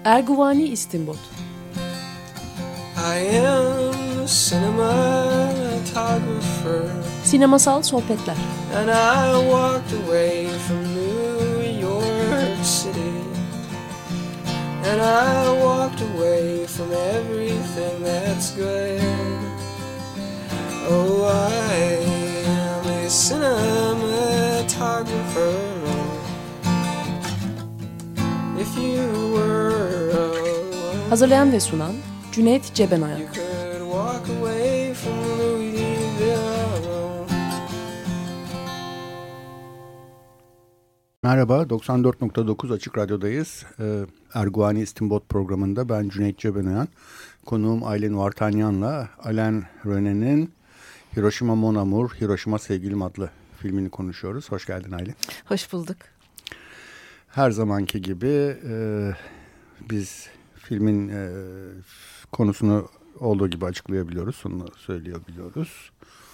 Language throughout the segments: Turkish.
Erguvani İstinbot. Sinemasal sohbetler. And I walked away from New York City. And I walked away from everything that's good. Oh, I am a cinematographer. If you were alone, Hazırlayan ve sunan Cüneyt Cebenayak. you could walk away from Louisville alone. Merhaba, 94.9 Açık Radyo'dayız. Erguvani İstinbot programında ben Cüneyt Cebenayan, konuğum Aylin Vartanyan'la Alain René'nin Hiroshima Mon Amour, Hiroşima Sevgilim adlı filmini konuşuyoruz. Hoş geldin Aylin. Hoş bulduk. Her zamanki gibi biz filmin konusunu olduğu gibi açıklayabiliyoruz, sonunu söyleyebiliyoruz.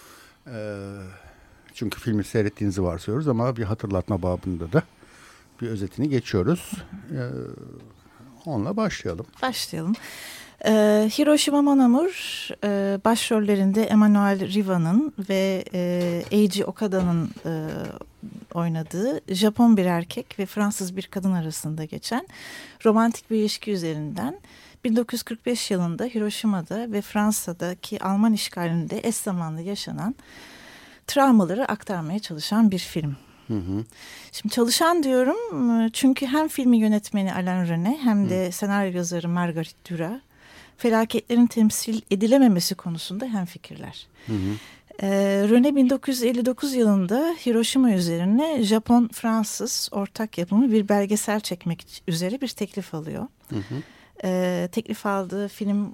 Çünkü filmi seyrettiğinizi varsayıyoruz ama bir hatırlatma babında da bir özetini geçiyoruz. Onunla başlayalım. Hiroshima Mon Amour başrollerinde Emmanuelle Riva'nın ve Eiji Okada'nın oynadığı Japon bir erkek ve Fransız bir kadın arasında geçen romantik bir ilişki üzerinden 1945 yılında Hiroşima'da ve Fransa'daki Alman işgalinde eş zamanlı yaşanan travmaları aktarmaya çalışan bir film. Hı hı. Şimdi çalışan diyorum çünkü hem filmi yönetmeni Alain René hem de senaryo yazarı Marguerite Duras felaketlerin temsil edilememesi konusunda hemfikirler. René 1959 yılında Hiroşima üzerine Japon-Fransız ortak yapımı bir belgesel çekmek üzere bir teklif alıyor. Teklif aldığı film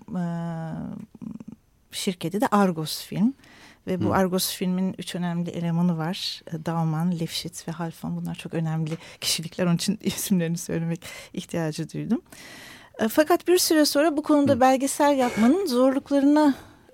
şirketi de Argos Film. Ve bu Argos filmin 3 önemli elemanı var. Dauman, Lifshitz ve Halfon. Bunlar çok önemli kişilikler. Onun için isimlerini söylemek ihtiyacı duydum. Fakat bir süre sonra bu konuda belgesel yapmanın zorluklarını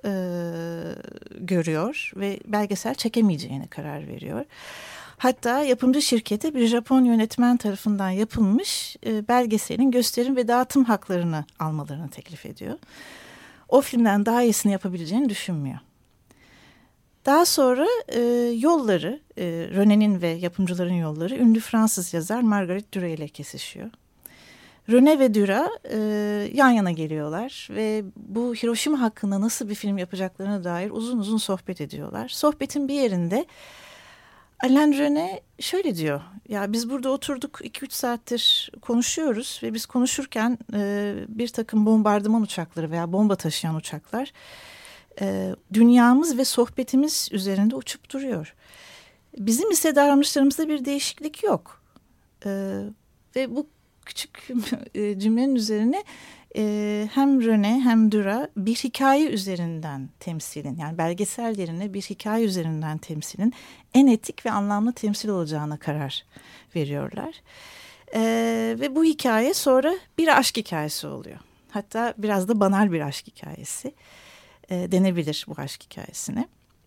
görüyor. Ve belgesel çekemeyeceğine karar veriyor. Hatta yapımcı şirkete bir Japon yönetmen tarafından yapılmış belgeselin gösterim ve dağıtım haklarını almalarını teklif ediyor. O filmden daha iyisini yapabileceğini düşünmüyor. Daha sonra yolları, René'nin ve yapımcıların yolları ünlü Fransız yazar Marguerite Duras ile kesişiyor. René ve Duras yan yana geliyorlar ve bu Hiroşima hakkında nasıl bir film yapacaklarına dair uzun uzun sohbet ediyorlar. Sohbetin bir yerinde Alain René şöyle diyor, ya biz burada oturduk 2-3 saattir konuşuyoruz ve biz konuşurken bir takım bombardıman uçakları veya bomba taşıyan uçaklar dünyamız ve sohbetimiz üzerinde uçup duruyor. Bizim ise davranışlarımızda bir değişiklik yok. Ve bu küçük cümlenin üzerine hem René hem Duras bir hikaye üzerinden temsilin, yani belgesel yerine bir hikaye üzerinden temsilin en etik ve anlamlı temsil olacağına karar veriyorlar. Ve bu hikaye sonra bir aşk hikayesi oluyor. Hatta biraz da banal bir aşk hikayesi denebilir bu aşk hikayesine.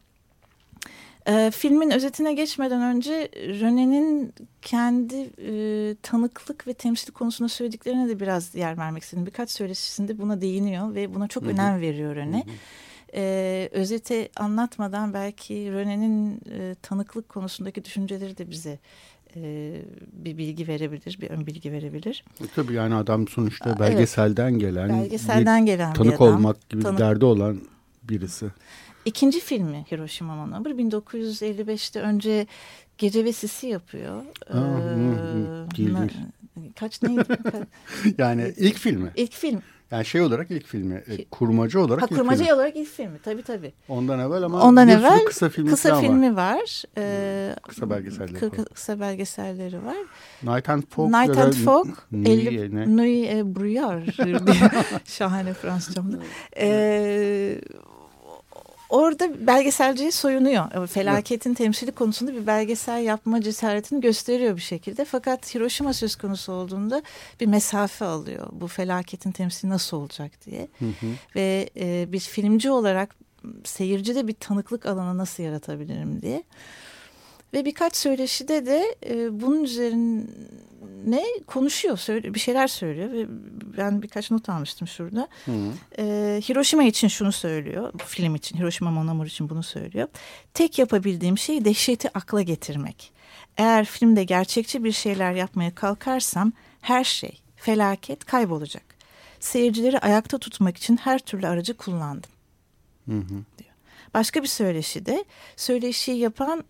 Filmin özetine geçmeden önce René'nin kendi tanıklık ve temsil konusunda söylediklerine de biraz yer vermek istedim. Birkaç söyleşisinde buna değiniyor ve buna çok önem veriyor René. Özeti anlatmadan belki René'nin tanıklık konusundaki düşünceleri de bize bir bilgi verebilir, bir ön bilgi verebilir. Tabii yani adam sonuçta belgeselden gelen, tanık bir adam, olmak gibi bir derdi olan birisi. İkinci filmi Hiroshima Mon Amour 1955'te önce Gece ve Sisi yapıyor. Değil. Kaç neydi? Yani ilk filmi. İlk film. Yani şey olarak ilk filmi, kurmacı olarak ilk filmi. Kurmacı olarak ilk filmi, tabii. Ondan evvel ama bir sürü kısa filmi var. Kısa belgeselleri var. Kısa belgeselleri var. Night and Fog. Nuit et Brouillard. Şahane Fransızcamda. Orada belgeselciye soyunuyor. Felaketin temsili konusunda bir belgesel yapma cesaretini gösteriyor bir şekilde. Fakat Hiroşima söz konusu olduğunda bir mesafe alıyor. Bu felaketin temsili nasıl olacak diye. Ve bir filmci olarak seyircide bir tanıklık alanı nasıl yaratabilirim diye. Ve birkaç söyleşide de bunun üzerine Rene konuşuyor, bir şeyler söylüyor ve ben birkaç not almıştım şurada. Hiroşima için şunu söylüyor, bu film için, Hiroşima Mon Amour için bunu söylüyor. Tek yapabildiğim şey dehşeti akla getirmek. Eğer filmde gerçekçi bir şeyler yapmaya kalkarsam her şey, felaket kaybolacak. Seyircileri ayakta tutmak için her türlü aracı kullandım. Diyor. Başka bir söyleşiyi yapan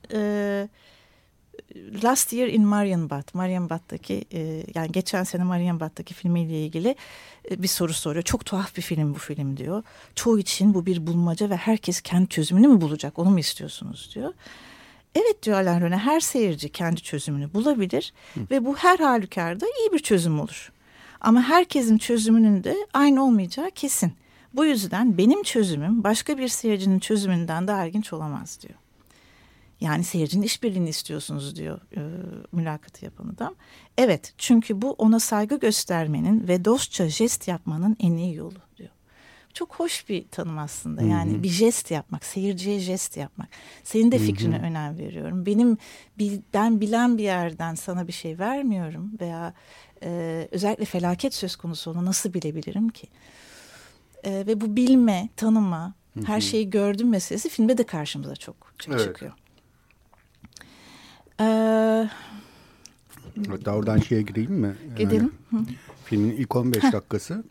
Last Year in Marienbad'daki yani geçen sene Marienbad'daki filmiyle ilgili bir soru soruyor. Çok tuhaf bir film bu film diyor. Çoğu için bu bir bulmaca ve herkes kendi çözümünü mü bulacak, onu mu istiyorsunuz diyor. Evet diyor Alain Resnais, her seyirci kendi çözümünü bulabilir ve bu her halükarda iyi bir çözüm olur. Ama herkesin çözümünün de aynı olmayacağı kesin. Bu yüzden benim çözümüm başka bir seyircinin çözümünden daha ilginç olamaz diyor. Yani seyircinin işbirliğini istiyorsunuz diyor mülakatı yapan adam. Evet, çünkü bu ona saygı göstermenin ve dostça jest yapmanın en iyi yolu diyor. Çok hoş bir tanım aslında. Yani bir jest yapmak, seyirciye jest yapmak. Senin de fikrine önem veriyorum. Ben bilen bir yerden sana bir şey vermiyorum veya özellikle felaket söz konusu onu nasıl bilebilirim ki? Ve bu bilme, tanıma, her şeyi gördüm meselesi filmde de karşımıza çok çıkıyor. Hatta oradan şeye gireyim mi? Gidelim. Filmin ilk 15 dakikası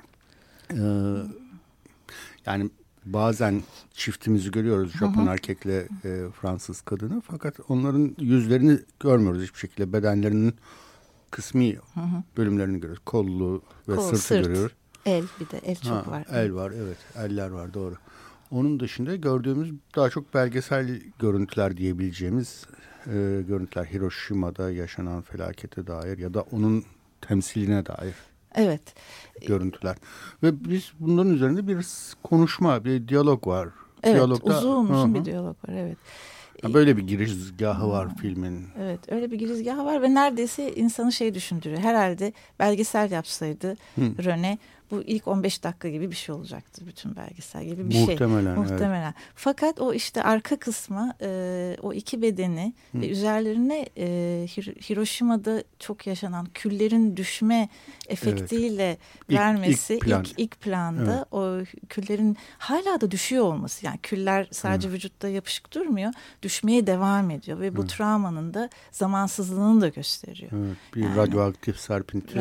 yani bazen çiftimizi görüyoruz, Japon erkekle Fransız kadını, fakat onların yüzlerini görmüyoruz hiçbir şekilde. Bedenlerinin kısmi bölümlerini görüyoruz. Kollu ve sırtı görüyoruz. El, bir de el çok var. El var, evet, eller var, doğru. Onun dışında gördüğümüz daha çok belgesel görüntüler diyebileceğimiz görüntüler, Hiroşima'da yaşanan felakete dair ya da onun temsiline dair görüntüler. Ve biz bunların üzerinde bir konuşma, bir diyalog var. Evet, Diyalogda, uzun bir diyalog var, evet. Böyle bir girizgahı var filmin. Evet, öyle bir girizgahı var ve neredeyse insanı düşündürüyor. Herhalde belgesel yapsaydı Rene, bu ilk 15 dakika gibi bir şey olacaktı, bütün belgesel gibi bir Muhtemelen. Evet. Fakat o işte arka kısmı, o iki bedeni ve üzerlerine Hiroşima'da çok yaşanan küllerin düşme efektiyle vermesi, ilk planda o küllerin hala da düşüyor olması. Yani küller sadece vücutta yapışık durmuyor, düşmeye devam ediyor ve bu travmanın da zamansızlığını da gösteriyor. Evet, bir radyoaktif serpinti.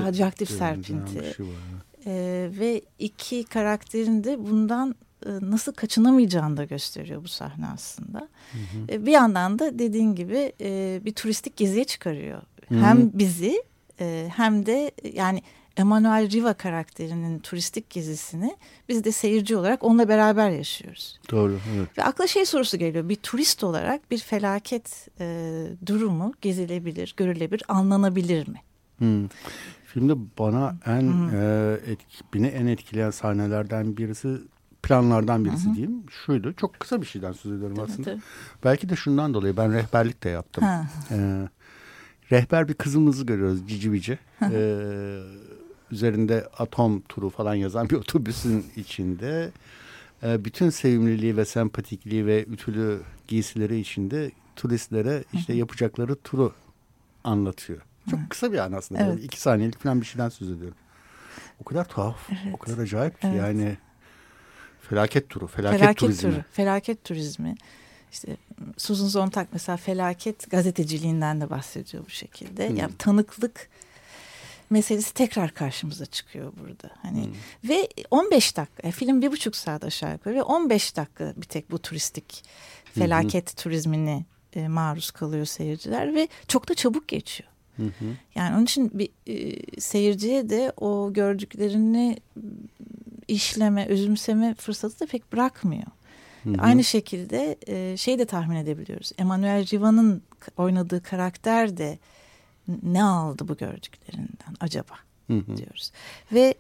Ve iki karakterin de bundan nasıl kaçınamayacağını da gösteriyor bu sahne aslında. Bir yandan da dediğin gibi bir turistik geziye çıkarıyor. Hem bizi hem de yani Emmanuel Riva karakterinin turistik gezisini biz de seyirci olarak onunla beraber yaşıyoruz. Doğru, evet. Ve akla sorusu geliyor. Bir turist olarak bir felaket durumu gezilebilir, görülebilir, anlanabilir mi? Filmde bana beni en etkileyen sahnelerden birisi, planlardan birisi diyeyim, şuydu. Çok kısa bir şeyden söz ediyorum aslında. Tabii. Belki de şundan dolayı ben rehberlik de yaptım. Rehber bir kızımızı görüyoruz, Cici. Üzerinde atom turu falan yazan bir otobüsün içinde. Bütün sevimliliği ve sempatikliği ve ütülü giysileri içinde turistlere işte yapacakları turu anlatıyor. Çok kısa bir an aslında. Evet. 2 saniyelik falan bir şeyden söz ediyorum. O kadar tuhaf, o kadar acayip ki yani felaket turu, felaket turizmi. İşte Susan Sontag mesela felaket gazeteciliğinden de bahsediyor bu şekilde. Yani tanıklık meselesi tekrar karşımıza çıkıyor burada. Ve 15 dakika, film 1,5 saat aşağı yukarı ve 15 dakika bir tek bu turistik felaket turizmine maruz kalıyor seyirciler ve çok da çabuk geçiyor. Yani onun için bir seyirciye de o gördüklerini işleme, özümseme fırsatı da pek bırakmıyor. Aynı şekilde de tahmin edebiliyoruz. Emmanuel Riva'nın oynadığı karakter de ne aldı bu gördüklerinden acaba diyoruz. Ve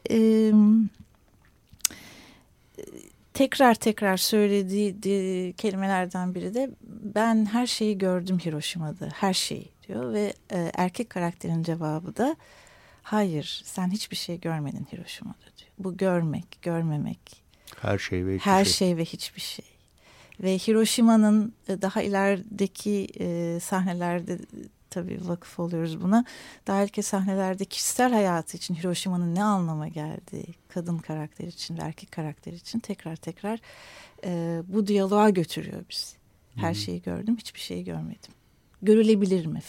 tekrar söylediği kelimelerden biri de ben her şeyi gördüm Hiroşima'da, her şeyi diyor ve erkek karakterin cevabı da hayır, sen hiçbir şey görmedin Hiroşima'da diyor. Bu görmek, görmemek, her şey ve hiçbir şey. Ve Hiroşima'nın daha ilerideki sahnelerde tabii vakıf oluyoruz buna. Daha ilk sahnelerde kişisel hayatı için Hiroşima'nın ne anlama geldiği, kadın karakter için ve erkek karakter için tekrar bu diyaloğa götürüyor bizi. Her şeyi gördüm, hiçbir şeyi görmedim. Görülebilir mi?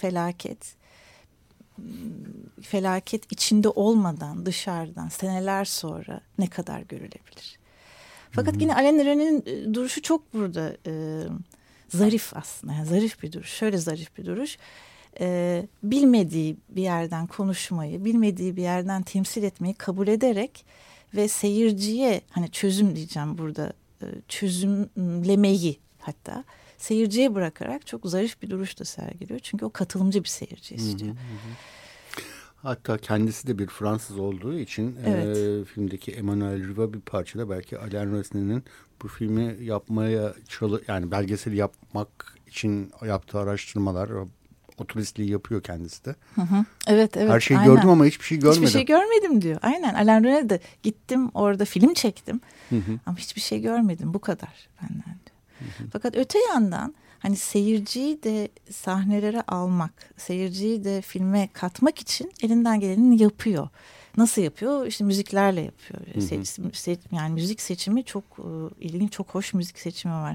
Felaket içinde olmadan dışarıdan seneler sonra ne kadar görülebilir? Fakat yine Alain René'nin duruşu çok burada zarif aslında. Yani zarif bir duruş. Şöyle zarif bir duruş. Bilmediği bir yerden konuşmayı, bilmediği bir yerden temsil etmeyi kabul ederek ve seyirciye hani çözüm diyeceğim burada, çözümlemeyi hatta seyirciye bırakarak çok zarif bir duruş da sergiliyor. Çünkü o katılımcı bir seyirci istiyor. Hatta kendisi de bir Fransız olduğu için filmdeki Emmanuel Riva bir parçada belki Alain Resnai'nin bu filmi yapmaya yani belgeseli yapmak için yaptığı araştırmalar, o turistliği yapıyor kendisi de. Evet. Her şeyi gördüm ama hiçbir şey görmedim. Hiçbir şey görmedim diyor. Aynen. Alain René de gittim orada film çektim. Ama hiçbir şey görmedim. Bu kadar benden diyor. Fakat öte yandan hani seyirciyi de sahnelere almak, seyirciyi de filme katmak için elinden geleni yapıyor. Nasıl yapıyor? İşte müziklerle yapıyor. Yani müzik seçimi çok ilginç, çok hoş müzik seçimi var.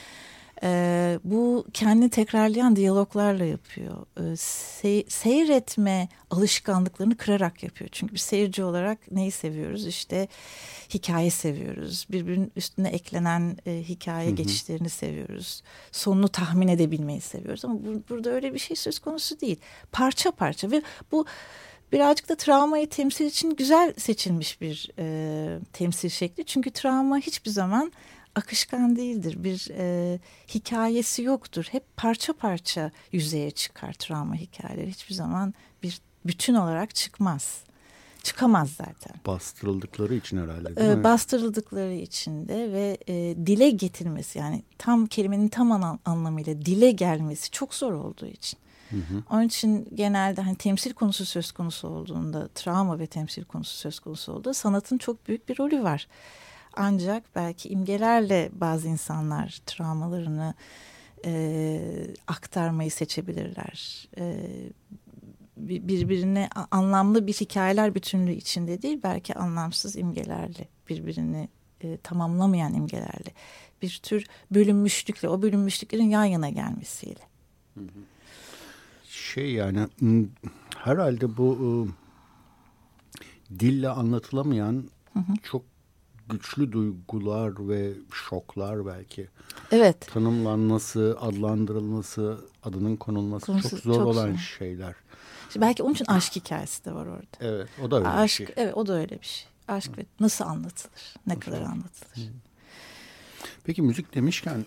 Bu kendini tekrarlayan diyaloglarla yapıyor. Seyretme alışkanlıklarını kırarak yapıyor. Çünkü bir seyirci olarak neyi seviyoruz? İşte hikaye seviyoruz. Birbirinin üstüne eklenen hikaye geçişlerini seviyoruz. Sonunu tahmin edebilmeyi seviyoruz. Ama burada öyle bir şey söz konusu değil. Parça parça ve bu birazcık da travmayı temsil için güzel seçilmiş bir temsil şekli. Çünkü travma hiçbir zaman akışkan değildir. Bir hikayesi yoktur. Hep parça parça yüzeye çıkar travma hikayeleri. Hiçbir zaman bir bütün olarak çıkmaz. Çıkamaz zaten. Bastırıldıkları için herhalde değil mi? Bastırıldıkları için de ve dile getirmesi, yani tam kelimenin tam anlamıyla dile gelmesi çok zor olduğu için. Onun için genelde hani temsil konusu söz konusu olduğunda, travma ve temsil konusu söz konusu olduğunda sanatın çok büyük bir rolü var. Ancak belki imgelerle bazı insanlar travmalarını aktarmayı seçebilirler. Birbirine anlamlı bir hikayeler bütünlüğü içinde değil, belki anlamsız imgelerle, birbirini tamamlamayan imgelerle, bir tür bölünmüşlükle, o bölünmüşlüklerin yan yana gelmesiyle. Yani herhalde bu dille anlatılamayan çok güçlü duygular ve şoklar belki. Evet. Tanımlanması, adlandırılması, adının konulması çok zor olan şeyler. İşte belki onun için aşk hikayesi de var orada. Evet, o da öyle bir şey. Evet, o da öyle bir şey. Aşk ve nasıl anlatılır, ne kadar anlatılır. Peki müzik demişken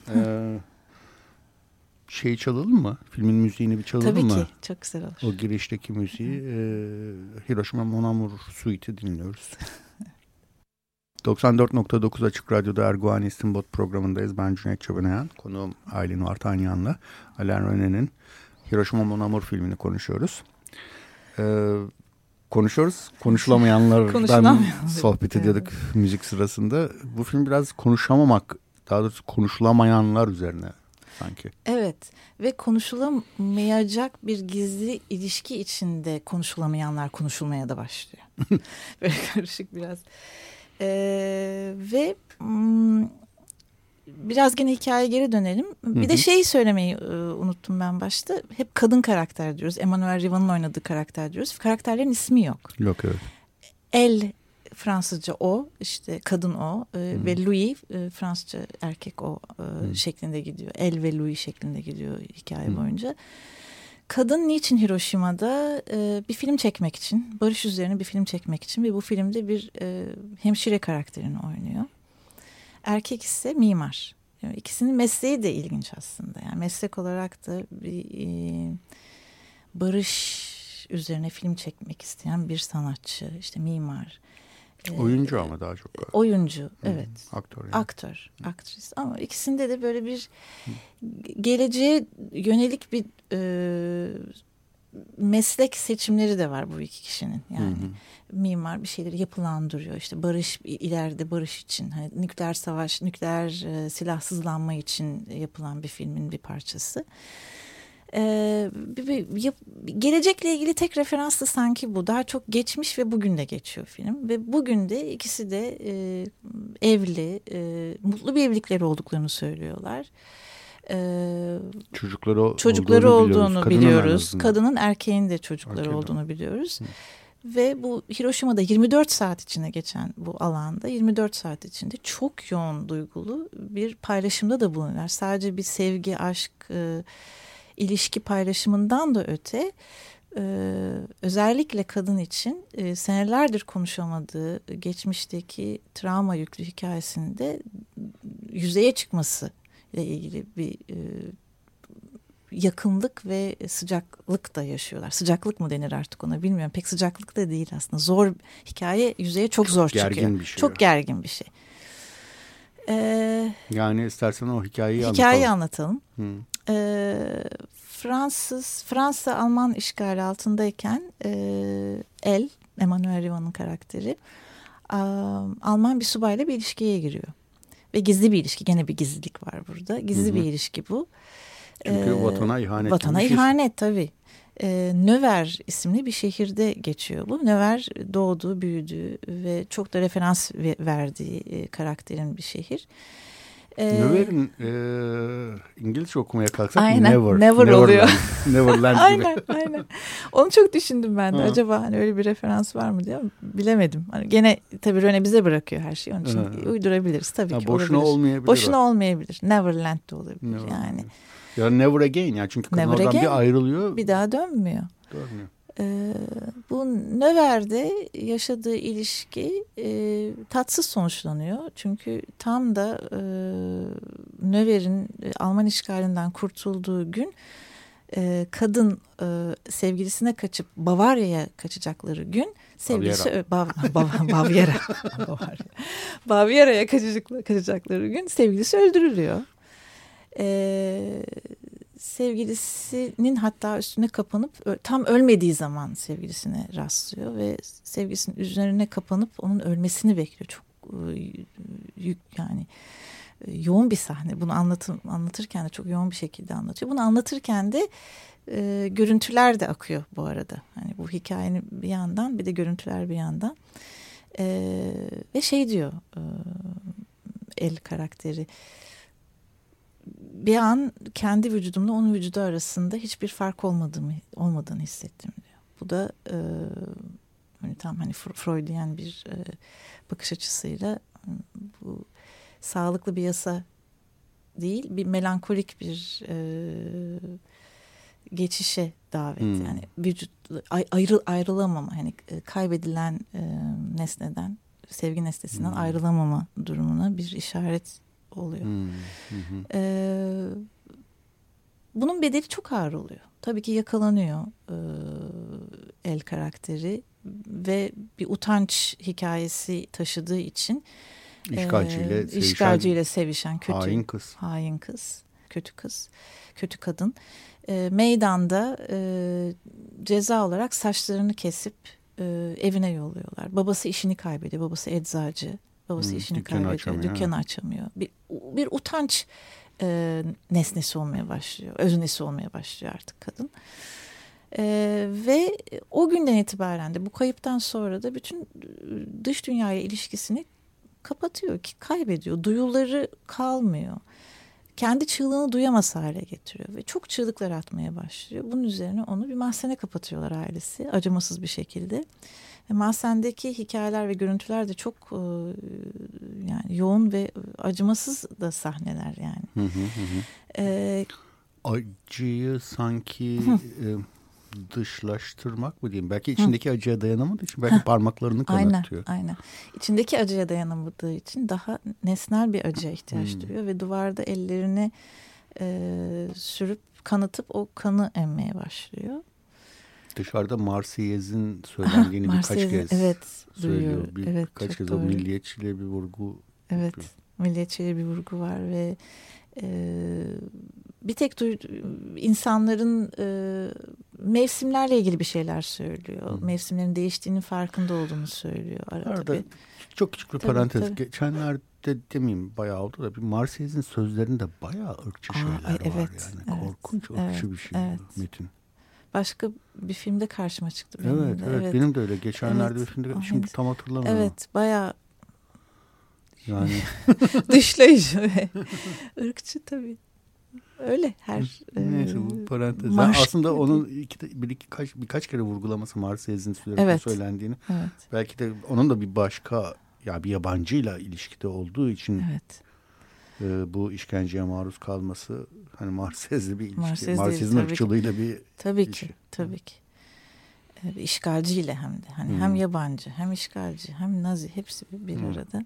şeyi çalalım mı? Filmin müziğini bir çalalım mı? Tabii ki, çok güzel olur. O girişteki müziği Hiroshima Mon Amour Suite'i dinliyoruz. 94.9 Açık Radyo'da Erguani İstinbot programındayız. Ben Cüneyt Çabenayan, konuğum Aylin Vartanyan'la Alain René'nin Hiroshima Mon Amour filmini konuşuyoruz. Konuşulamayanlardan sohbet ediyorduk müzik sırasında. Bu film biraz konuşamamak, daha doğrusu konuşulamayanlar üzerine sanki. Evet, ve konuşulamayacak bir gizli ilişki içinde konuşulamayanlar konuşulmaya da başlıyor. Böyle karışık biraz. Ve biraz gene hikayeye geri dönelim. Bir de şeyi söylemeyi unuttum ben başta. Hep kadın karakter diyoruz. Emmanuel Riva'nın oynadığı karakter diyoruz. Karakterlerin ismi yok. Yok, evet. El Fransızca o, işte kadın o ve Louis Fransızca erkek o şeklinde gidiyor. El ve Louis şeklinde gidiyor hikaye boyunca. Kadın niçin Hiroşima'da? Bir film çekmek için, barış üzerine bir film çekmek için ve bu filmde bir hemşire karakterini oynuyor. Erkek ise mimar. Yani ikisinin mesleği de ilginç aslında. Yani meslek olarak da bir barış üzerine film çekmek isteyen bir sanatçı, işte mimar. Oyuncu ama daha çok. Oyuncu, evet. Aktör. Yani. Aktris. Ama ikisinde de böyle bir geleceğe yönelik bir meslek seçimleri de var bu iki kişinin. Yani mimar bir şeyleri yapılandırıyor. İşte barış, ileride barış için, hani nükleer savaş, nükleer silahsızlanma için yapılan bir filmin bir parçası. Gelecekle ilgili tek referans da sanki bu. Daha çok geçmiş ve bugün de geçiyor film. Ve bugün de ikisi de evli, mutlu bir evlilikleri olduklarını söylüyorlar. Çocukları olduğunu biliyoruz. Kadının Kadının erkeğin de çocukları olduğunu biliyoruz. Ve bu Hiroşima'da 24 saat içinde geçen bu alanda 24 saat içinde çok yoğun duygulu bir paylaşımda da bulunuyorlar. Sadece bir sevgi, aşk, ilişki paylaşımından da öte özellikle kadın için senelerdir konuşamadığı geçmişteki travma yüklü hikayesinde yüzeye çıkması ile ilgili bir yakınlık ve sıcaklık da yaşıyorlar. Sıcaklık mı denir artık ona bilmiyorum. Pek sıcaklık da değil aslında. Zor hikaye yüzeye çok zor çıkıyor. Bir şey çok gergin bir şey. Yani istersen o hikayeyi anlatalım. Fransa-Alman işgali altındayken Emmanuel Riva'nın karakteri Alman bir subayla bir ilişkiye giriyor. Ve gizli bir ilişki. Gene bir gizlilik var burada. Gizli bir ilişki bu. Çünkü vatana ihanet. Vatana ihanet tabii. Növer isimli bir şehirde geçiyor bu. Növer doğduğu, büyüdüğü ve çok da referans verdiği karakterin bir şehir. Növer'in İngilizce okumaya kalksak never oluyor. Neverland gibi. Aynen. Onu çok düşündüm ben de. Acaba hani öyle bir referans var mı diye bilemedim. Hani gene tabii Röne bize bırakıyor her şeyi. Onun için uydurabiliriz tabii ki. Boşuna olmayabilir. Boşuna olmayabilir. Neverland de olabilir yani. Ya never again yani çünkü kadın oradan bir ayrılıyor. Bir daha dönmüyor. Bu Növer'de yaşadığı ilişki tatsız sonuçlanıyor. Çünkü tam da Növer'in Alman işgalinden kurtulduğu gün kadın sevgilisine kaçıp Bavarya'ya kaçacakları gün sevgilisi Bavyera'ya kaçacakları gün sevgilisi öldürülüyor. Sevgilisinin hatta üstüne kapanıp tam ölmediği zaman sevgilisine rastlıyor ve sevgilisinin üzerine kapanıp onun ölmesini bekliyor. Çok yani yoğun bir sahne. Bunu anlatırken de çok yoğun bir şekilde anlatıyor. Bunu anlatırken de görüntüler de akıyor bu arada. Hani bu hikayenin bir yandan bir de görüntüler bir yandan. Ve şey diyor El karakteri. Bir an kendi vücudumla onun vücudu arasında hiçbir fark olmadığını hissettim diyor. Bu da tam hani Freudian bir bakış açısıyla bu sağlıklı bir yasa değil, bir melankolik bir geçişe davet. Yani vücut ayrılamama, hani kaybedilen nesneden, sevgi nesnesinden ayrılamama durumuna bir işaret oluyor. Bunun bedeli çok ağır oluyor. Tabii ki yakalanıyor El karakteri ve bir utanç hikayesi taşıdığı için işgalciyle sevişen kötü hain kız, kötü kız, kötü kadın meydanda ceza olarak saçlarını kesip evine yolluyorlar. Babası işini kaybediyor. Babası eczacı. Babası işini kaybediyor. Dükkanı açamıyor. Bir utanç nesnesi olmaya başlıyor. Öznesi olmaya başlıyor artık kadın. Ve o günden itibaren de bu kayıptan sonra da bütün dış dünyaya ilişkisini kapatıyor ki kaybediyor. Duyuları kalmıyor. Kendi çığlığını duyamaz hale getiriyor ve çok çığlıklar atmaya başlıyor. Bunun üzerine onu bir mahzene kapatıyorlar ailesi acımasız bir şekilde. Mahzendeki hikayeler ve görüntüler de çok yani yoğun ve acımasız da sahneler yani. Acıyı sanki dışlaştırmak mı diyeyim? Belki içindeki acıya dayanamadığı için belki parmaklarını kanatıyor. Aynen. İçindeki acıya dayanamadığı için daha nesnel bir acıya ihtiyaç duyuyor ve duvarda ellerini sürüp kanatıp o kanı emmeye başlıyor. Dışarıda Marseillez'in söylendiğini birkaç kez söylüyor. Birkaç kez doğru. O milliyetçiliğe bir vurgu. Evet, yapıyor. Milliyetçiliğe bir vurgu var ve bir tek insanların mevsimlerle ilgili bir şeyler söylüyor. Mevsimlerin değiştiğinin farkında olduğunu söylüyor. Arada çok küçük bir parantez. Geçenlerde demeyeyim bayağı oldu da bir Marseille's'in sözlerinde bayağı ırkçı şeyler var evet, yani. Evet, Korkunç ırkçı bir şey metin. Başka bir filmde karşıma çıktı benim Evet, de. evet benim de öyle. Geçenlerde bir filmde şimdi tam hatırlamıyorum. Evet, bayağı yani dışlayıcı ve ırkçı tabii. Öyle her neyse bu parantez. Aslında onun birkaç kere vurgulaması Marseille's'in söylendiğini. Evet. Belki de onun da bir başka bir yabancıyla ilişkide olduğu için bu işkenceye maruz kalması hani Marseille's'le bir ilişki. Marseille's'in ırkçılığıyla bir ilişki. Tabii ki. İşgalciyle hem de. Hani hem yabancı, hem işgalci, hem Nazi hepsi bir arada.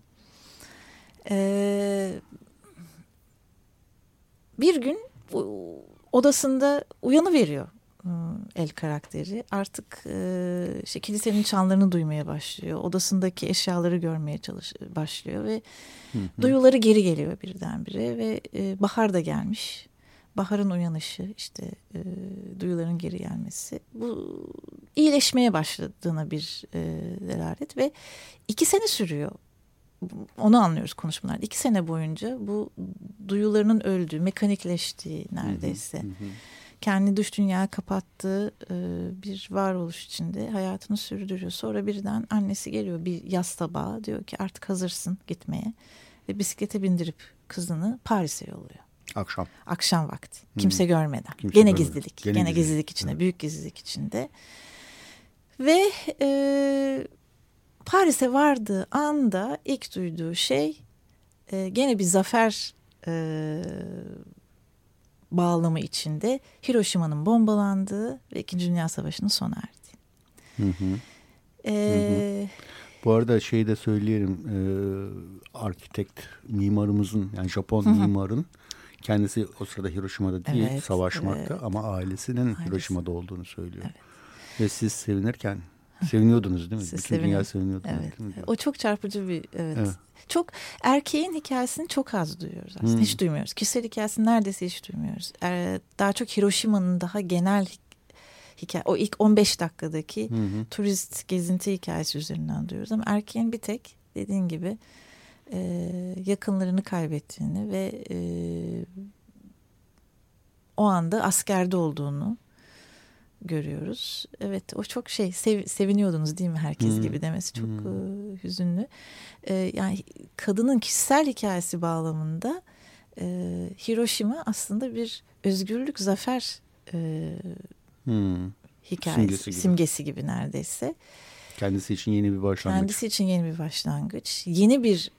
Bir gün odasında uyanıveriyor El karakteri. Artık kilisenin çanlarını duymaya başlıyor. Odasındaki eşyaları görmeye başlıyor ve duyuları geri geliyor birdenbire ve bahar da gelmiş. Baharın uyanışı, işte duyuların geri gelmesi. Bu iyileşmeye başladığına bir delalet ve 2 sene sürüyor. Onu anlıyoruz konuşmalarda. 2 sene boyunca bu duyularının öldüğü, mekanikleştiği neredeyse. Kendi dış dünyaya kapattığı bir varoluş içinde hayatını sürdürüyor. Sonra birden annesi geliyor bir yaz sabahı. Diyor ki artık hazırsın gitmeye. Ve bisiklete bindirip kızını Paris'e yolluyor. Akşam vakti. Kimse görmeden. Gene gizlilik. Gene gizlilik içinde. Evet. Büyük gizlilik içinde. Ve Paris'e vardığı anda ilk duyduğu şey gene bir zafer bağlamı içinde Hiroşima'nın bombalandığı ve 2. Dünya Savaşı'nın sona erdiği. Bu arada de söyleyelim, arkitekt mimarımızın, yani Japon mimarın kendisi o sırada Hiroşima'da değil, savaşmakta ama ailesinin Hiroşima'da olduğunu söylüyor. Evet. Ve siz seviniyordunuz değil mi? Bütün dünya seviniyordu. Evet. O çok çarpıcı bir Çok erkeğin hikayesini çok az duyuyoruz aslında. Hiç duymuyoruz. Kişisel hikayesini neredeyse hiç duymuyoruz. Daha çok Hiroşima'nın daha genel hikaye, o ilk 15 dakikadaki turist gezinti hikayesi üzerinden duyuyoruz. Ama erkeğin bir tek dediğin gibi yakınlarını kaybettiğini ve o anda askerde olduğunu görüyoruz. Evet, o çok seviniyordunuz değil mi herkes gibi demesi çok hüzünlü. Yani kadının kişisel hikayesi bağlamında Hiroşima aslında bir özgürlük, zafer hikayesi, simgesi gibi neredeyse. Kendisi için yeni bir başlangıç. Yeni bir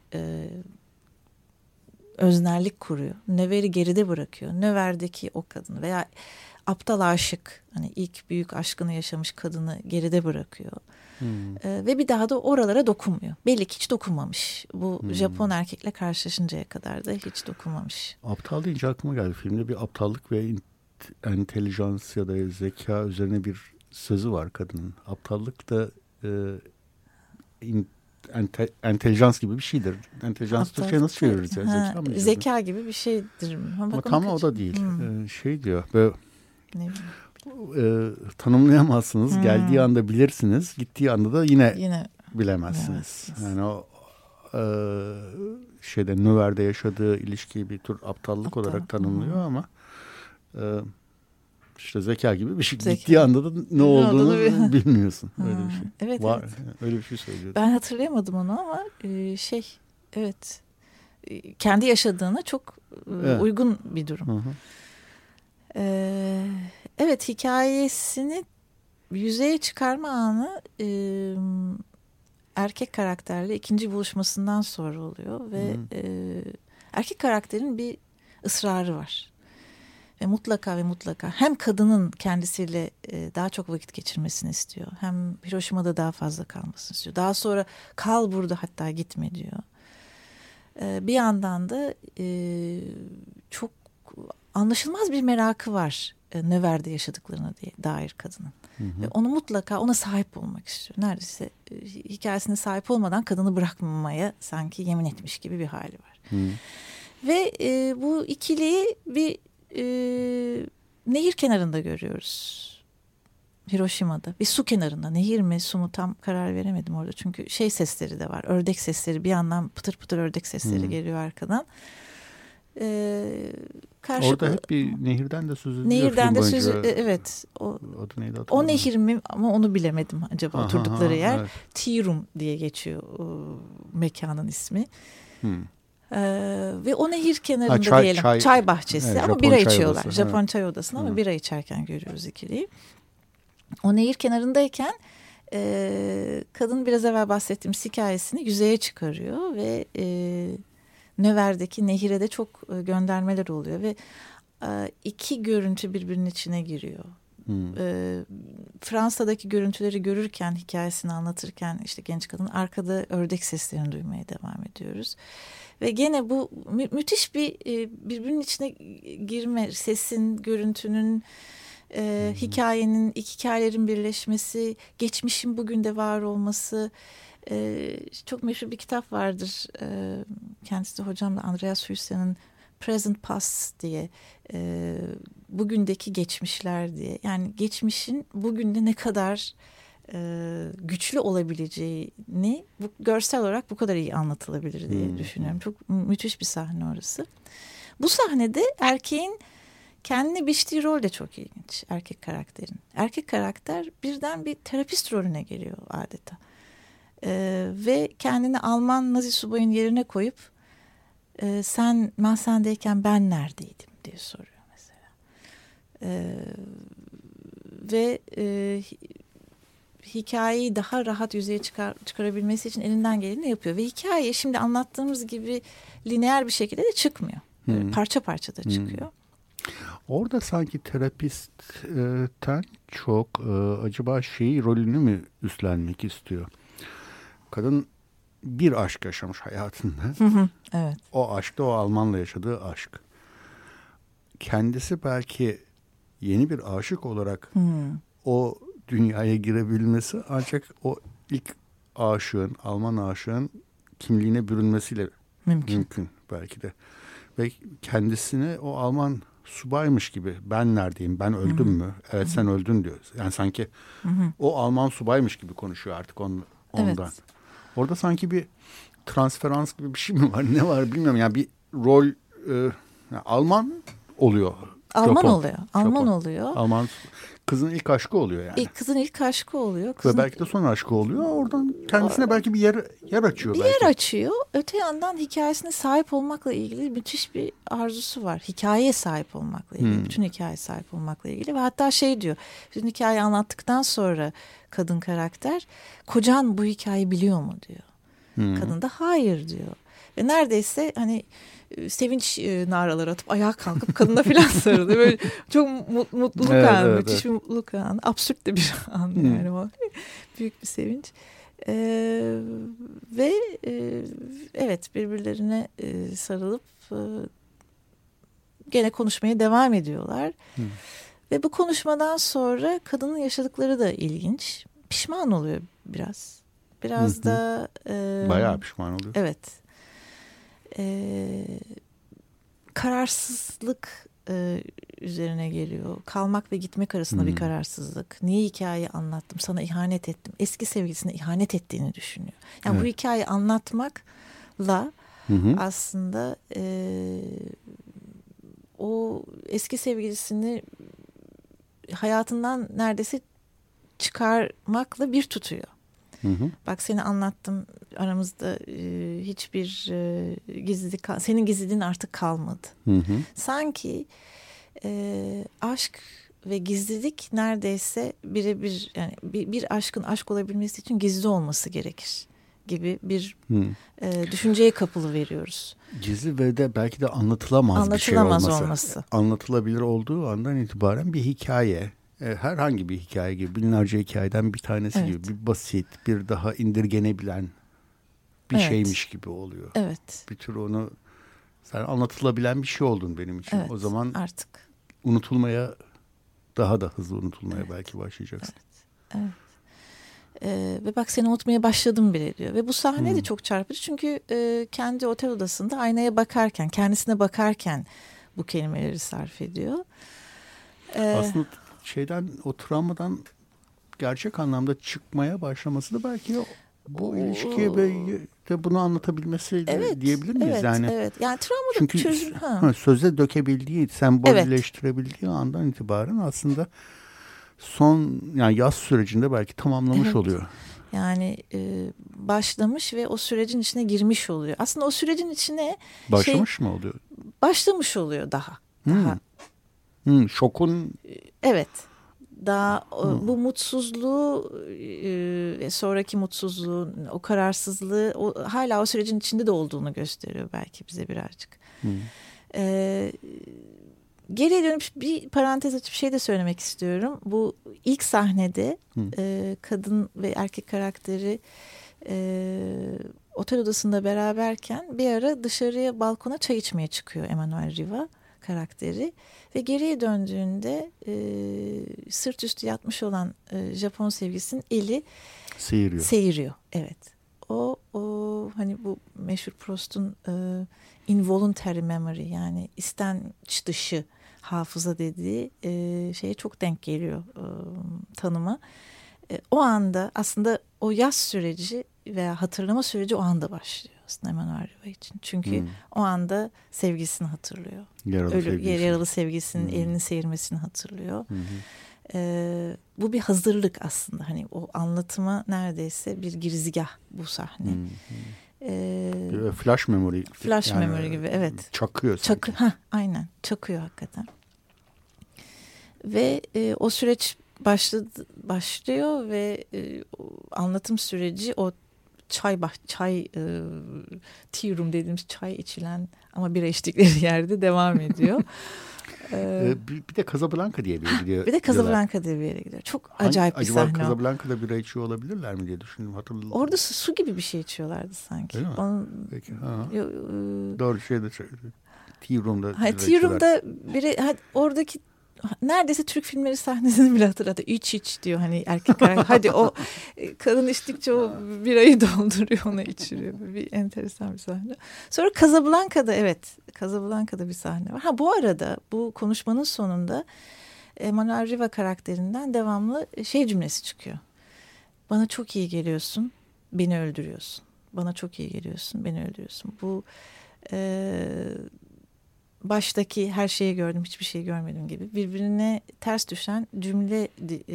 öznellik kuruyor. Növer'i geride bırakıyor. Növer'deki o kadın veya aptal aşık, hani ilk büyük aşkını yaşamış kadını geride bırakıyor. Ve bir daha da oralara dokunmuyor. Belli ki hiç dokunmamış. Bu Japon erkekle karşılaşıncaya kadar da hiç dokunmamış. Aptal deyince aklıma geldi. Filmde bir aptallık ve entelijans ya da zeka üzerine bir sözü var kadının. Aptallık da entelijans gibi bir şeydir. Entelijans Türkçe'ye nasıl çeviririz? Zeka gibi bir şeydir. Ama tam o da değil. Diyor. Böyle tanımlayamazsınız. Geldiği anda bilirsiniz. Gittiği anda da yine bilemezsiniz. Yani o Növer'de yaşadığı ilişkiyi bir tür aptallık olarak tanımlıyor ama işte zeka gibi bir şey. Gittiği anda da ne olduğunu bilmiyorsun. Öyle bir şey. Evet, var. Evet. Öyle bir şey söylüyordu. Ben hatırlayamadım onu ama evet. Kendi yaşadığına çok uygun bir durum. Evet, hikayesini yüzeye çıkarma anı erkek karakterle ikinci buluşmasından sonra oluyor ve erkek karakterin bir ısrarı var. Ve mutlaka hem kadının kendisiyle daha çok vakit geçirmesini istiyor. Hem Hiroşima'da daha fazla kalmasını istiyor. Daha sonra kal burada, hatta gitme diyor. Bir yandan da çok anlaşılmaz bir merakı var Növer'de yaşadıklarına dair kadının. Ve onu mutlaka ona sahip olmak istiyor. Neredeyse hikayesine sahip olmadan kadını bırakmamaya sanki yemin etmiş gibi bir hali var. Ve bu ikiliyi bir nehir kenarında görüyoruz. Hiroşima'da bir su kenarında, nehir mi su mu tam karar veremedim orada. Çünkü şey sesleri de var, ördek sesleri, bir yandan pıtır pıtır ördek sesleri geliyor arkadan. Orada hep bir nehirden de söz ediliyor. Nehirden de söz evet. Adı neydi, o nehir mi ama onu bilemedim acaba oturdukları yer. Evet. Tea Room diye geçiyor mekanın ismi. Ve o nehir kenarında diyelim çay bahçesi, evet, ama Japon bira çay içiyorlar. odası. Japon çay odasında ama bira içerken görüyoruz ikiliyi. O nehir kenarındayken kadın biraz evvel bahsettiğimiz hikayesini yüzeye çıkarıyor ve Növer'deki nehire de çok göndermeler oluyor ve iki görüntü birbirinin içine giriyor. Fransa'daki görüntüleri görürken, hikayesini anlatırken işte genç kadın arkada ördek seslerini duymaya devam ediyoruz. Ve gene bu müthiş bir birbirinin içine girme, sesin, görüntünün, hikayenin, iki hikayelerin birleşmesi, geçmişin bugün de var olması. Çok meşhur bir kitap vardır. Kendisi de hocam da Andreas Hüssen'in Present Past diye, bugündeki geçmişler diye. Yani geçmişin bugünde ne kadar güçlü olabileceğini bu, görsel olarak bu kadar iyi anlatılabilir diye düşünüyorum. Çok müthiş bir sahne orası. Bu sahnede erkeğin kendine biçtiği rol de çok ilginç, erkek karakterin. Erkek karakter birden bir terapist rolüne geliyor adeta. Ve kendini Alman Nazi subayın yerine koyup ben sendeyken ben neredeydim diye soruyor mesela. Ve hikayeyi daha rahat yüzeye çıkarabilmesi için elinden geleni yapıyor. Ve hikaye şimdi anlattığımız gibi lineer bir şekilde de çıkmıyor. Parça parça da çıkıyor. Orada sanki terapistten çok acaba rolünü mü üstlenmek istiyor? Kadın bir aşk yaşamış hayatında. Evet. O aşk da o Almanla yaşadığı aşk. Kendisi belki yeni bir aşık olarak o dünyaya girebilmesi ancak o ilk aşığın, Alman aşığın kimliğine bürünmesiyle mümkün belki de. Ve kendisini o Alman subaymış gibi, ben neredeyim, ben öldüm mü? Evet, sen öldün diyor. Yani sanki o Alman subaymış gibi konuşuyor artık ondan. Evet. Orada sanki bir transferans gibi bir şey mi var? Ne var bilmiyorum. Yani bir rol Alman oluyor. Alman oluyor. Alman kızın ilk aşkı oluyor yani. Kızın ilk aşkı oluyor. Ve belki de son aşkı oluyor. Oradan kendisine belki bir yer açıyor. Yer açıyor. Öte yandan hikayesine sahip olmakla ilgili müthiş bir arzusu var. Hikayeye sahip olmakla ilgili. Bütün hikayeye sahip olmakla ilgili. Ve hatta diyor. Bütün hikayeyi anlattıktan sonra kadın karakter, kocan bu hikayeyi biliyor mu diyor. Kadın da hayır diyor. Ve neredeyse hani sevinç naraları atıp ayağa kalkıp kadına filan sarılıyor. Böyle çok mutluluk anı. Müthiş bir mutluluk anı. Absürt de bir an yani o. Büyük bir sevinç. Ve evet, birbirlerine sarılıp gene konuşmaya devam ediyorlar. Ve bu konuşmadan sonra kadının yaşadıkları da ilginç. Pişman oluyor biraz. Biraz da... bayağı pişman oluyor. Evet. Kararsızlık üzerine geliyor. Kalmak ve gitmek arasında bir kararsızlık. Niye hikayeyi anlattım? Sana ihanet ettim. Eski sevgilisine ihanet ettiğini düşünüyor. Yani bu hikayeyi anlatmakla aslında o eski sevgilisini hayatından neredeyse çıkarmakla bir tutuyor. Bak, seni anlattım, aramızda hiçbir gizlilik, senin gizliliğin artık kalmadı. Sanki aşk ve gizlilik neredeyse birebir, yani bir aşkın aşk olabilmesi için gizli olması gerekir gibi bir düşünceye kapılı veriyoruz. Gizli ve de belki de anlatılamaz bir şey olması. Anlatılabilir olduğu andan itibaren bir hikaye. Herhangi bir hikaye gibi, binlerce hikayeden bir tanesi gibi, bir basit, bir daha indirgenebilen bir şeymiş gibi oluyor. Evet. Bir tür onu, sen anlatılabilen bir şey oldun benim için. O zaman artık unutulmaya, daha da hızlı unutulmaya belki başlayacaksın. Evet. Ve bak, seni unutmaya başladım bile diyor. Ve bu sahne de çok çarpıcı çünkü kendi otel odasında aynaya bakarken, kendisine bakarken bu kelimeleri sarf ediyor. Aslında o travmadan gerçek anlamda çıkmaya başlaması da belki bu ilişkiye de bunu anlatabilmesi diyebilir miyiz? Evet, yani? Evet. Yani travmada çünkü çözüm. Söze dökebildiği, sembolileştirebildiği andan itibaren aslında yani yaz sürecinde belki tamamlamış oluyor. Yani başlamış ve o sürecin içine girmiş oluyor. Aslında o sürecin içine başlamış mı oluyor? Başlamış oluyor daha. Şokun. Evet. Daha bu mutsuzluğu, sonraki mutsuzluğu, o kararsızlığı hala o sürecin içinde de olduğunu gösteriyor belki bize birazcık. Geriye dönüp bir parantez açıp şey de söylemek istiyorum. Bu ilk sahnede kadın ve erkek karakteri otel odasında beraberken bir ara dışarıya balkona çay içmeye çıkıyor Emmanuel Riva karakteri. Ve geriye döndüğünde sırt üstü yatmış olan Japon sevgilisinin eli seyiriyor. Evet. O hani bu meşhur Proust'un involuntary memory, yani istenç dışı hafıza dediği şeye çok denk geliyor tanıma. O anda aslında o yaz süreci veya hatırlama süreci o anda başlıyor aslında Emmanuel Riva için. Çünkü o anda sevgilisini hatırlıyor. Yaralı sevgilisinin elinin seyirmesini hatırlıyor. Bu bir hazırlık aslında. Hani o anlatıma neredeyse bir girizgah bu sahne. Flash memory. Flash memory gibi, evet. Çakıyor. Aynen. Çakıyor hakikaten. Ve o süreç başlıyor ve anlatım süreci o tea room dediğimiz çay içilen ama bira içtikleri yerde devam ediyor. Bir de Casablanca diye bir yere gidiyor. diye bir yere gidiyor. Çok acayip bir sahne. Acaba Casablanca'da bira içiyor olabilirler mi diye düşündüm. Orada su gibi bir şey içiyorlardı sanki. Öyle mi? Peki. Doğru şeyde tea room'da. Tea room'da oradaki neredeyse Türk filmleri sahnesini bile hatırladı. İç diyor hani erkek karakter. Hadi o kadın içtikçe o birayı dolduruyor, ona içiriyor. Bir enteresan bir sahne. Sonra Casablanca'da bir sahne var. Bu arada bu konuşmanın sonunda Emmanuel Riva karakterinden devamlı cümlesi çıkıyor. Bana çok iyi geliyorsun, beni öldürüyorsun. Bana çok iyi geliyorsun, beni öldürüyorsun. Bu baştaki her şeyi gördüm, hiçbir şey görmedim gibi birbirine ters düşen cümle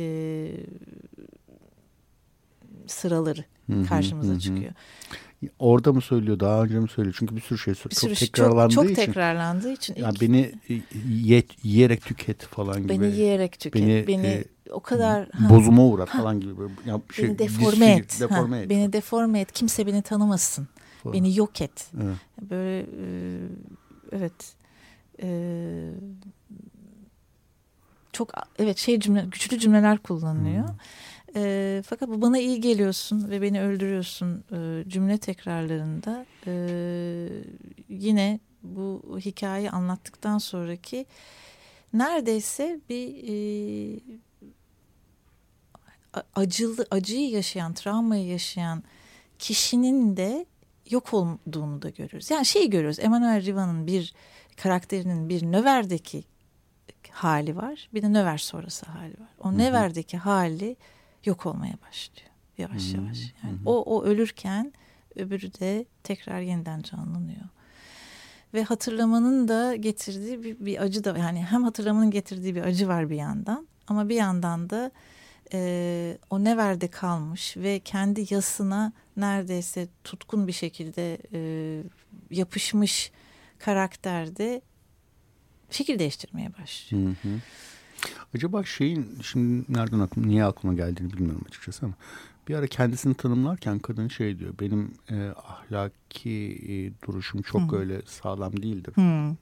sıraları karşımıza çıkıyor. Orada mı söylüyor, daha önce mi söylüyor? Çünkü bir sürü şey çok tekrarlandığı için. Yani beni yiyerek tüket falan gibi. Beni yiyerek tüket. Beni o kadar bozuma uğrat falan gibi. Beni deforme et. Beni deforme et. Kimse beni tanımasın. Beni yok et. Evet. Böyle evet. Çok güçlü cümleler kullanılıyor. Fakat bu bana iyi geliyorsun ve beni öldürüyorsun cümle tekrarlarında yine bu hikayeyi anlattıktan sonraki neredeyse bir acıyı yaşayan, travmayı yaşayan kişinin de yok olduğunu da görüyoruz. Yani görüyoruz. Emmanuel Riva'nın bir karakterinin bir Növer'deki hali var. Bir de Növer sonrası hali var. O Növer'deki hali yok olmaya başlıyor. Yavaş yavaş. Yani o ölürken öbürü de tekrar yeniden canlanıyor. Ve hatırlamanın da getirdiği bir acı da, yani hem hatırlamanın getirdiği bir acı var bir yandan, ama bir yandan da o Növer'de kalmış ve kendi yasına neredeyse tutkun bir şekilde yapışmış karakterde şekil değiştirmeye başlıyor. Acaba şimdi nereden niye aklıma geldiğini bilmiyorum açıkçası, ama bir ara kendisini tanımlarken kadın diyor, benim ahlaki duruşum çok öyle sağlam değildir.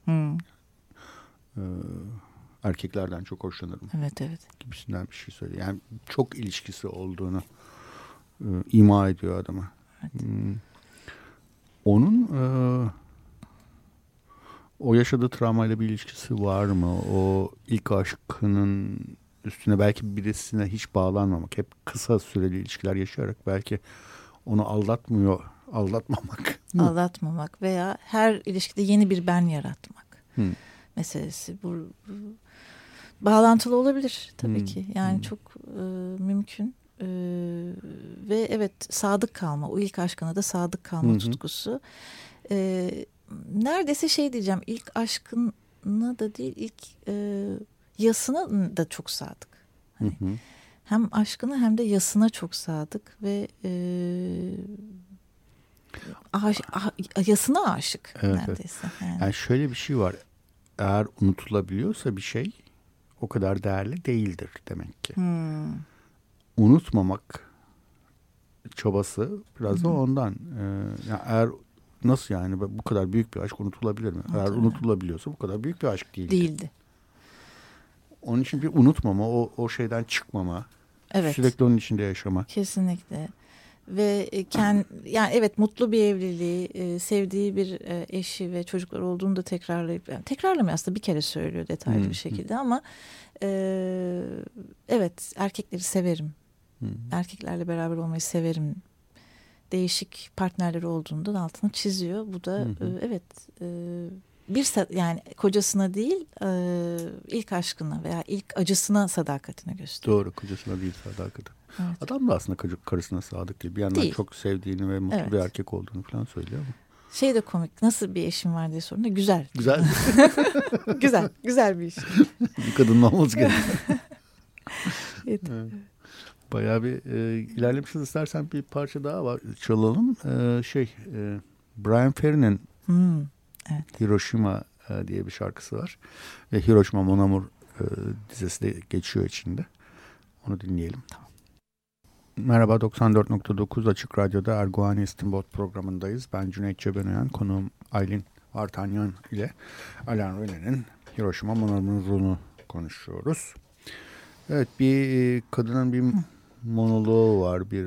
Erkeklerden çok hoşlanırım. Evet. Gibisinden bir şey söylüyor. Yani çok ilişkisi olduğunu ima ediyor adama. Evet. Onun o yaşadığı travmayla bir ilişkisi var mı? O ilk aşkının üstüne belki birisine hiç bağlanmamak, hep kısa süreli ilişkiler yaşayarak belki onu aldatmamak veya her ilişkide yeni bir ben yaratmak meselesi. Bu Bağlantılı olabilir tabii ki. Yani çok mümkün. Ve evet, sadık kalma. O ilk aşkına da sadık kalma tutkusu. Neredeyse şey diyeceğim. İlk aşkına da değil, ilk yasına da çok sadık. Hani hem aşkına hem de yasına çok sadık ve yasına aşık neredeyse. Evet. Yani şöyle bir şey var. Eğer unutulabiliyorsa bir şey o kadar değerli değildir demek ki. Unutmamak çabası biraz da ondan. Yani eğer nasıl yani bu kadar büyük bir aşk unutulabilir mi? Eğer unutulabiliyorsa bu kadar büyük bir aşk değildi. Onun için bir unutmama, o şeyden çıkmama, sürekli onun içinde yaşama. Kesinlikle. Ve yani evet, mutlu bir evliliği, sevdiği bir eşi ve çocuklar olduğunu da tekrarlamıyor aslında, bir kere söylüyor detaylı bir şekilde ama evet, erkekleri severim. Erkeklerle beraber olmayı severim. Değişik partnerleri olduğunda da altını çiziyor. Bu da evet, yani kocasına değil, ilk aşkına veya ilk acısına sadakatini gösteriyor. Doğru, kocasına değil sadakati. Evet. Adam da aslında karısına sadık değil. Bir yandan çok sevdiğini ve mutlu bir erkek olduğunu falan söylüyor ama. Şey de komik. Nasıl bir eşim var diye sorduğunda güzel. Güzel. güzel bir iş. Bir kadının olması gerekiyor. Evet. Bayağı bir ilerlemişiz. İstersen bir parça daha var. Çalalım. Brian Ferry'nin Hiroshima diye bir şarkısı var. Ve Hiroshima Mon Amour dizesi de geçiyor içinde. Onu dinleyelim. Tamam. Merhaba, 94.9 Açık Radyo'da Erguvani İstinbot programındayız. Ben Cüneyt Cebenoyan, konuğum Aylin Vartanyan ile Alain René'nin Hiroshima Mon Amour'unu konuşuyoruz. Evet, bir kadının bir monoloğu var bir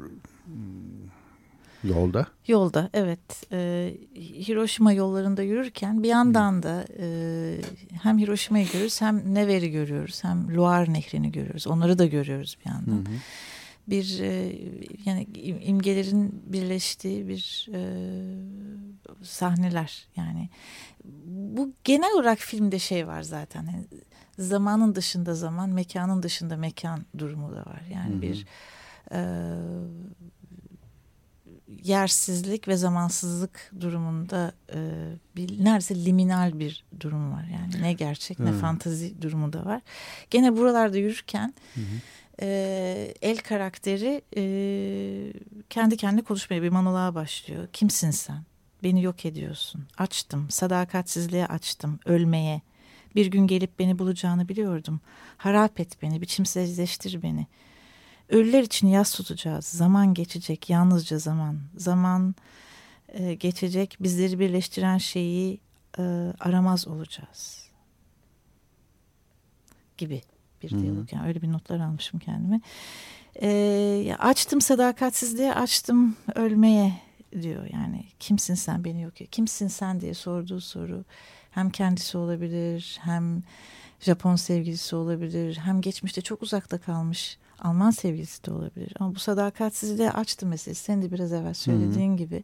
yolda. Yolda, evet. Hiroşima yollarında yürürken bir yandan da hem Hiroşima'yı görüyoruz, hem Neveri görüyoruz, hem Loire Nehri'ni görüyoruz. Onları da görüyoruz bir yandan. Bir yani imgelerin birleştiği bir sahneler yani. Bu genel olarak filmde şey var zaten. Yani zamanın dışında zaman, mekanın dışında mekan durumu da var. Yani bir yersizlik ve zamansızlık durumunda bir neredeyse liminal bir durum var. Yani ne gerçek ne fantazi durumu da var. Gene buralarda yürürken El karakteri kendi kendine konuşmaya, bir monoloğa başlıyor. Kimsin sen? Beni yok ediyorsun. Açtım, sadakatsizliğe açtım, ölmeye. Bir gün gelip beni bulacağını biliyordum. Harap et beni, biçimsizleştir beni. Ölüler için yas tutacağız. Zaman geçecek, yalnızca zaman. Zaman geçecek, bizleri birleştiren şeyi aramaz olacağız. Gibi bir diyalog. Yani öyle bir notlar almışım kendime. Açtım sadakatsizliğe, açtım ölmeye diyor. Yani kimsin sen, beni yok ediyor. Kimsin sen diye sorduğu soru hem kendisi olabilir, hem Japon sevgilisi olabilir, hem geçmişte çok uzakta kalmış Alman sevgilisi de olabilir. Ama bu sadakatsizliğe açtı meselesi. Senin de biraz evvel söylediğin gibi.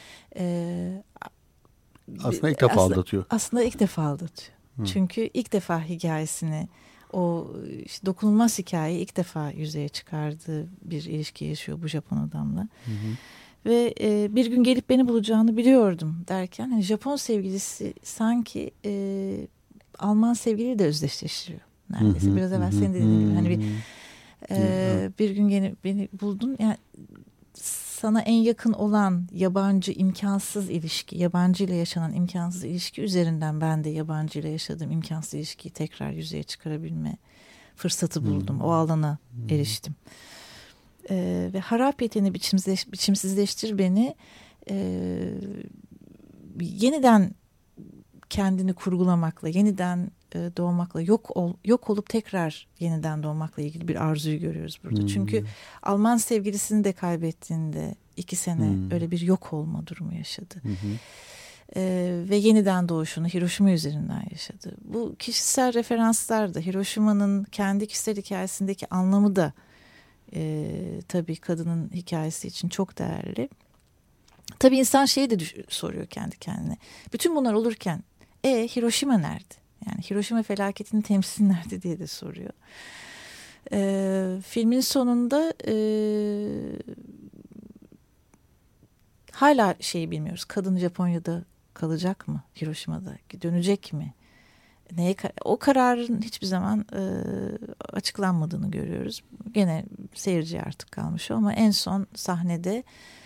Aslında ilk defa aldatıyor. Aslında ilk defa aldatıyor. Çünkü ilk defa hikayesini, o işte dokunulmaz hikayeyi ilk defa yüzeye çıkardığı bir ilişki yaşıyor bu Japon adamla. Ve bir gün gelip beni bulacağını biliyordum derken hani Japon sevgilisi sanki Alman sevgiliyle de özdeşleştiriyor. Neredeyse biraz evvel senin dediğin gibi hani bir gün gelip beni buldun, yani sana en yakın olan yabancı imkansız ilişki, yabancı ile yaşanan imkansız ilişki üzerinden ben de yabancı ile yaşadığım imkansız ilişkiyi tekrar yüzeye çıkarabilme fırsatı buldum. O alana eriştim. Ve harap etini biçimsizleştir beni, yeniden kendini kurgulamakla, yeniden doğmakla, yok olup tekrar yeniden doğmakla ilgili bir arzuyu görüyoruz burada. Çünkü Alman sevgilisini de kaybettiğinde 2 sene öyle bir yok olma durumu yaşadı. Ve yeniden doğuşunu Hiroşima üzerinden yaşadı. Bu kişisel referanslar da, Hiroşima'nın kendi kişisel hikayesindeki anlamı da tabii kadının hikayesi için çok değerli. Tabii insan şeyi de soruyor kendi kendine. Bütün bunlar olurken Hiroşima nerede? Yani Hiroşima felaketini temsil nerede diye de soruyor. Filmin sonunda hala şeyi bilmiyoruz. Kadın Japonya'da kalacak mı? Hiroşima'da dönecek mi? O kararın hiçbir zaman açıklanmadığını görüyoruz. Gene seyirciye artık kalmış o, ama en son sahnede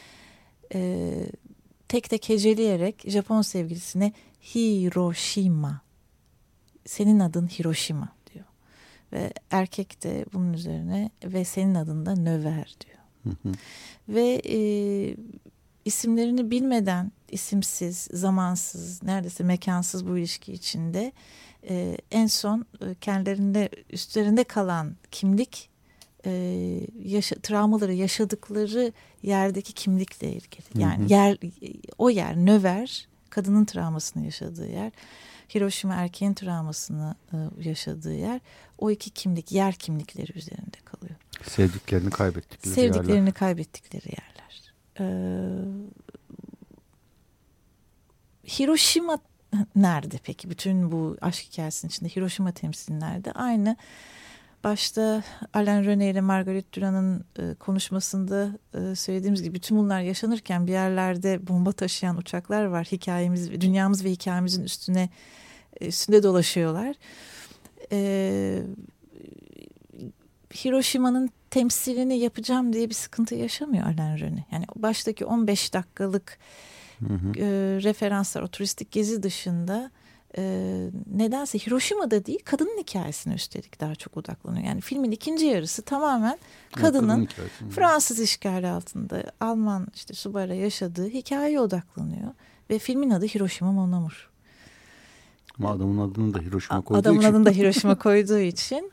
tek tek heceleyerek Japon sevgilisine Hiroşima, senin adın Hiroşima diyor. Ve erkek de bunun üzerine ve senin adın da Növer diyor. Ve isimlerini bilmeden, isimsiz, zamansız, neredeyse mekansız bu ilişki içinde en son kendilerinde üstlerinde kalan kimlik travmaları yaşadıkları yerdeki kimlikle ilgili. Yani o yer Növer kadının travmasını yaşadığı yer, Hiroşima erkeğin travmasını yaşadığı yer. O iki kimlik, yer kimlikleri üzerinde kalıyor. Sevdiklerini kaybettikleri yerler. Hiroşima nerede peki? Bütün bu aşk hikayesinin içinde Hiroşima temsili nerede? Aynı başta Alain Resnais ile Marguerite Duran'ın konuşmasında söylediğimiz gibi bütün bunlar yaşanırken bir yerlerde bomba taşıyan uçaklar var. Dünyamız ve hikayemizin üstünde dolaşıyorlar. Hiroşima'nın temsilini yapacağım diye bir sıkıntı yaşamıyor Alain Resnais. Yani baştaki 15 dakikalık referanslar, o turistik gezi dışında nedense Hiroşima'da değil, kadının hikayesine üstelik daha çok odaklanıyor. Yani filmin ikinci yarısı tamamen kadının Fransız işgali altında Alman subayla yaşadığı hikayeye odaklanıyor. Ve filmin adı Hiroşima Mon Amour. Ama adamın adını da Hiroşima koyduğu için. Adamın adını da Hiroşima koyduğu için.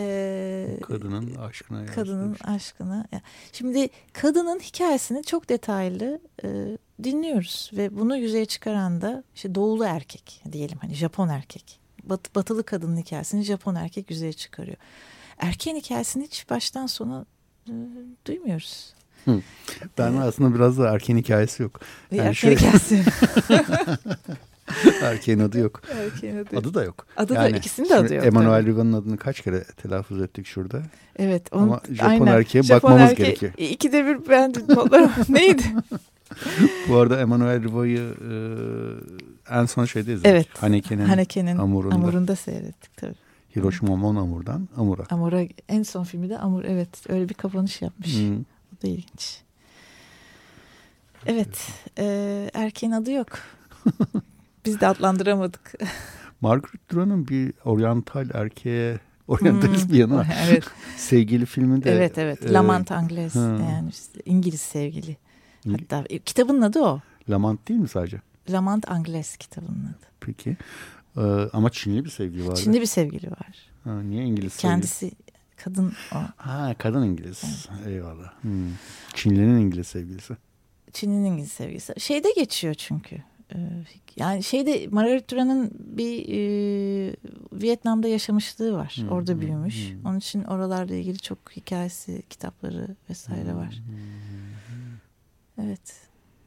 Kadının aşkına. Şimdi kadının hikayesini çok detaylı dinliyoruz ve bunu yüzeye çıkaran da doğulu erkek diyelim, hani Japon erkek. Batılı kadının hikayesini Japon erkek yüzeye çıkarıyor. Erkeğin hikayesini hiç baştan sona duymuyoruz. Ben aslında biraz da erkeğin hikayesi yok. Erkeğin hikayesi yok. Erkeğin adı yok. Adı da yok. İkisinin de adı yok. Emmanuel Riva'nın adını kaç kere telaffuz ettik şurada. Evet. Ama Japon erkeğe bakmamız gerekiyor. İkide bir ben neydi? Bu arada Emmanuel Riva'yı en son şeyde izledik. Evet. Haneke'nin Amur'unda seyrettik tabii. Hiroşima Mon Amour'dan Amur'a. Amur'a en son filmi de Amur. Evet. Öyle bir kapanış yapmış. O da ilginç. Evet. Erkeğin adı yok. Biz de adlandıramadık. Marguerite Duran'ın bir oryantal erkeğe oryantalist bir yanı var. Evet. Sevgili filmi de. Evet. L'Amant Anglaise. Yani İngiliz sevgili. Hatta kitabın adı o. L'Amant değil mi sadece? L'Amant Anglaise kitabının adı. Peki. Ama Çinli bir sevgili var. Çinli bir sevgili var. Niye İngiliz kendisi sevgili? Kadın o. Kadın İngiliz. Evet. Eyvallah. Çinli'nin İngiliz sevgilisi. Çinli'nin İngiliz sevgilisi. Şeyde geçiyor çünkü. Yani Marguerite Duran'ın bir Vietnam'da yaşamışlığı var. Orada büyümüş. Onun için oralarla ilgili çok hikayesi, kitapları vesaire var. Evet.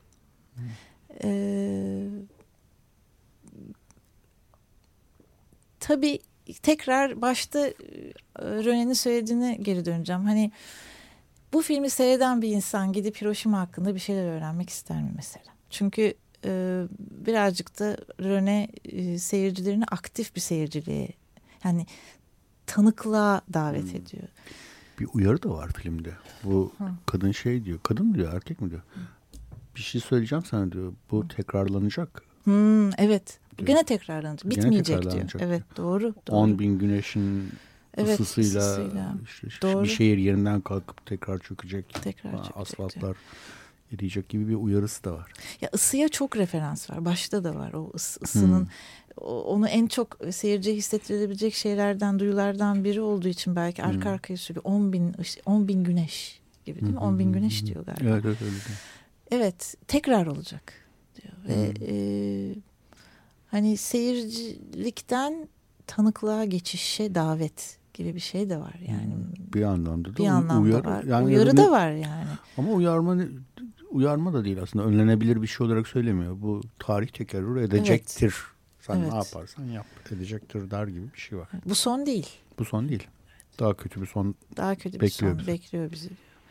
Tabii tekrar başta René'nin söylediğine geri döneceğim. Hani bu filmi seyreden bir insan gidip Hiroşima hakkında bir şeyler öğrenmek ister mi mesela? Çünkü birazcık da René seyircilerini aktif bir seyirciliğe, yani tanıklığa davet ediyor. Bir uyarı da var filmde. Bu kadın diyor. Kadın diyor, erkek mi diyor? Bir şey söyleyeceğim sana diyor. Bu tekrarlanacak. Evet. Diyor. Gene tekrarlanacak. Bitmeyecek diyor. Evet, doğru. 10.000 güneşin ısısıyla bir şehir yerinden kalkıp tekrar çökecek. Asfaltlar eriyecek gibi bir uyarısı da var. Ya ısıya çok referans var. Başta da var. O ısının onu en çok seyirciye hissettirebilecek şeylerden, duyulardan biri olduğu için belki arka arkaya söylüyor. 10.000 güneş gibi değil mi? 10.000 güneş diyor galiba. Evet, öyle diyor. Evet, tekrar olacak diyor. Ve hani seyircilikten tanıklığa geçişe davet gibi bir şey de var yani. Bir anlamda da bir anlamda uyarı var. yani uyarı da var yani. Ama uyarma da değil aslında. Önlenebilir bir şey olarak söylemiyor. Bu tarih tekerrür edecektir Sen Evet. ne yaparsan yap edecektir der gibi bir şey var. Bu son değil. Bu son değil. Daha kötü bir son Daha kötü bir bekliyor son bizi. bekliyor bizi.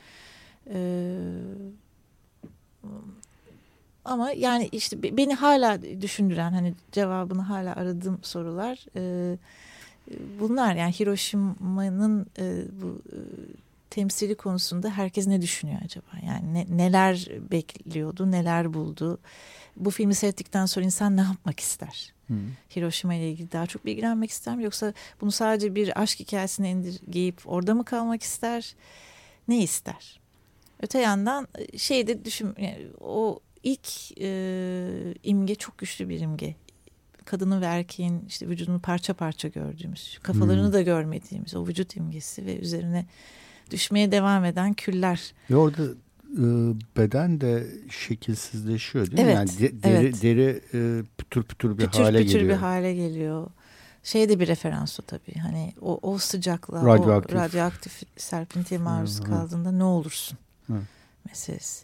Ama yani işte beni hala düşündüren, hani cevabını hala aradığım sorular bunlar. Yani Hiroşima'nın bu temsili konusunda herkes ne düşünüyor acaba? Yani neler bekliyordu, neler buldu? Bu filmi seyrettikten sonra insan ne yapmak ister? Hiroşima ile ilgili daha çok bilgilenmek ister mi? Yoksa bunu sadece bir aşk hikayesine indirgeyip orada mı kalmak ister? Ne ister? Öte yandan şeyde düşün, yani o ilk imge çok güçlü bir imge. Kadının ve erkeğin işte vücudunu parça parça gördüğümüz, kafalarını da görmediğimiz o vücut imgesi ve üzerine düşmeye devam eden küller. Ve orada beden de şekilsizleşiyor değil mi? Evet, Yani evet. deri pütür pütür bir Pütür hale pütür geliyor. bir hale geliyor. Şey de bir referans o tabii. Hani o sıcaklığa, Radyoaktif. o radyoaktif serpintiye maruz kaldığında ne olursun meselesi.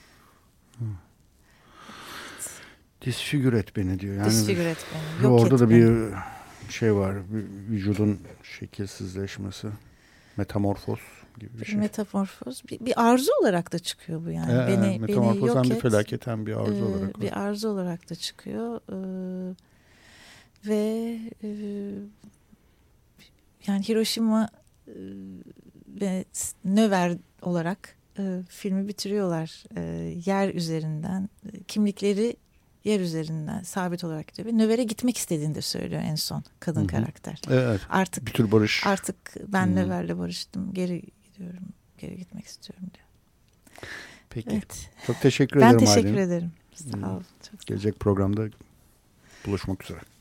Disfigür et beni diyor. Yani Disfigür et beni. Yok orada et da beni. bir şey var. Vücudun şekilsizleşmesi. Metamorfoz gibi bir şey. Metamorfoz. Bir arzu olarak da çıkıyor bu yani. Beni metamorfoz yok hem bir et. felaket hem bir arzu olarak. Bir arzu olarak da çıkıyor. Ve yani Hiroşima ve Növer olarak filmi bitiriyorlar. Yer üzerinden, kimlikleri yer üzerinden sabit olarak gidiyor. Ve Növer'e gitmek istediğini de söylüyor en son kadın karakter. Evet. Artık bir tür barış. Artık ben Növer'le barıştım. Geri gidiyorum. Geri gitmek istiyorum diyor. Peki. Evet. Çok teşekkür ederim Ben teşekkür Aylin. ederim. Sağ ol. Çok Gelecek programda buluşmak üzere.